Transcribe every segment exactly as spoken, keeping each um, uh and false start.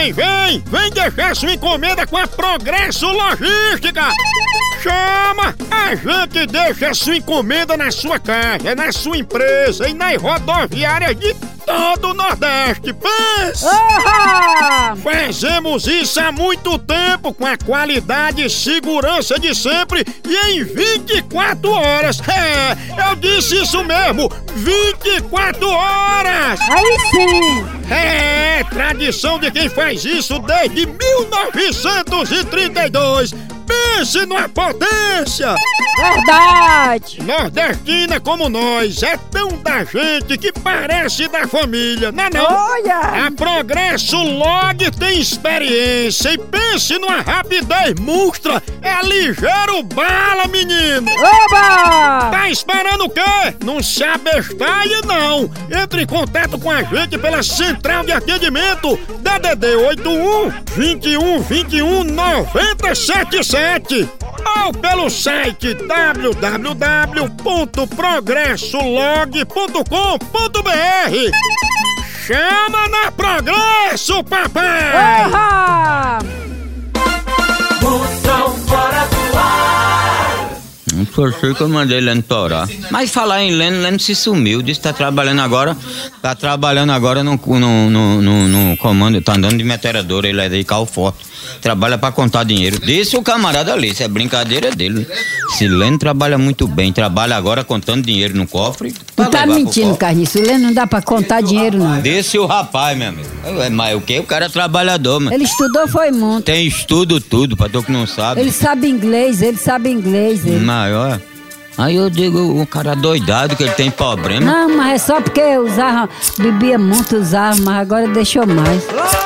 Vem, vem! Vem deixar sua encomenda com a Progresso Logística! Chama! A gente deixa sua encomenda na sua casa, na sua empresa e nas rodoviárias de todo o Nordeste. Pensa! Uhum. Fazemos isso há muito tempo com a qualidade e segurança de sempre e em vinte e quatro horas. É, eu disse isso mesmo, vinte e quatro horas! Aí sim! É, tradição de quem faz isso desde mil novecentos e trinta e dois. Pense numa potência! Verdade! Nordestina como nós, é tão da gente que parece da família, não é não? Olha! A Progresso Log tem experiência e pense numa rapidez monstra, é ligeiro bala, menino! Oba! Tá esperando o quê? Não se abestalhe não! Entre em contato com a gente pela central de atendimento D D D oito um, vinte e um, vinte e um, noventa e sete sete ou pelo site w w w ponto progresso log ponto com ponto b r. Chama na Progresso, papai! Uhum. Moção fora do ar. Só sei que eu mandei Leno torar. Mas falar em Leno, Leno se sumiu. Disse que tá trabalhando agora. Tá trabalhando agora no, no, no, no, no comando. Tá andando de metralhadora. Ele é de carro forte. Trabalha pra contar dinheiro. Disse o camarada ali. Isso é brincadeira dele. Se Leno trabalha muito bem. Trabalha agora contando dinheiro no cofre. Tu tá mentindo, Carniço. O Leno não dá pra contar dinheiro, não. Disse o rapaz, meu amigo. Mas o que? O cara é trabalhador, mano. Ele estudou, foi muito. Tem estudo tudo, pra tu que não sabe. Ele sabe inglês, ele sabe inglês. Ele. Maior. Aí eu digo, o cara doidado que ele tem problema. Não, mas é só porque usava, bebia muito, usava, mas agora deixou mais.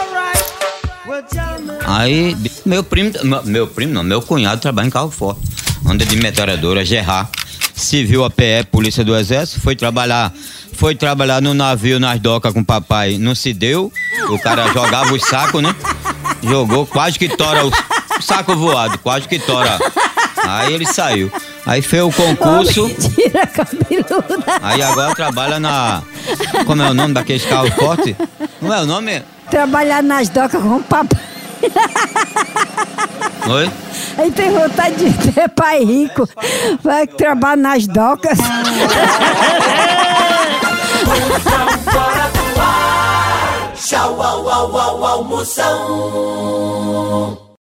Aí, meu primo, meu primo não, meu cunhado trabalha em carro forte. Anda de metralhadora, Gerard. Civil A P E, Polícia do Exército, foi trabalhar, foi trabalhar no navio, nas docas com o papai, não se deu. O cara jogava os sacos, né? Jogou, quase que tora o saco voado, quase que tora. Aí ele saiu. Aí fez o concurso. Oh, mentira, cabeluda. Aí agora trabalha na... Como é o nome daqueles carros fortes? Não é o nome? Trabalhar nas docas com o papai. Oi? Aí tem vontade de ter pai rico. Vai trabalhar nas docas. Fora do ar. Tchau, au, au, au, au, moção.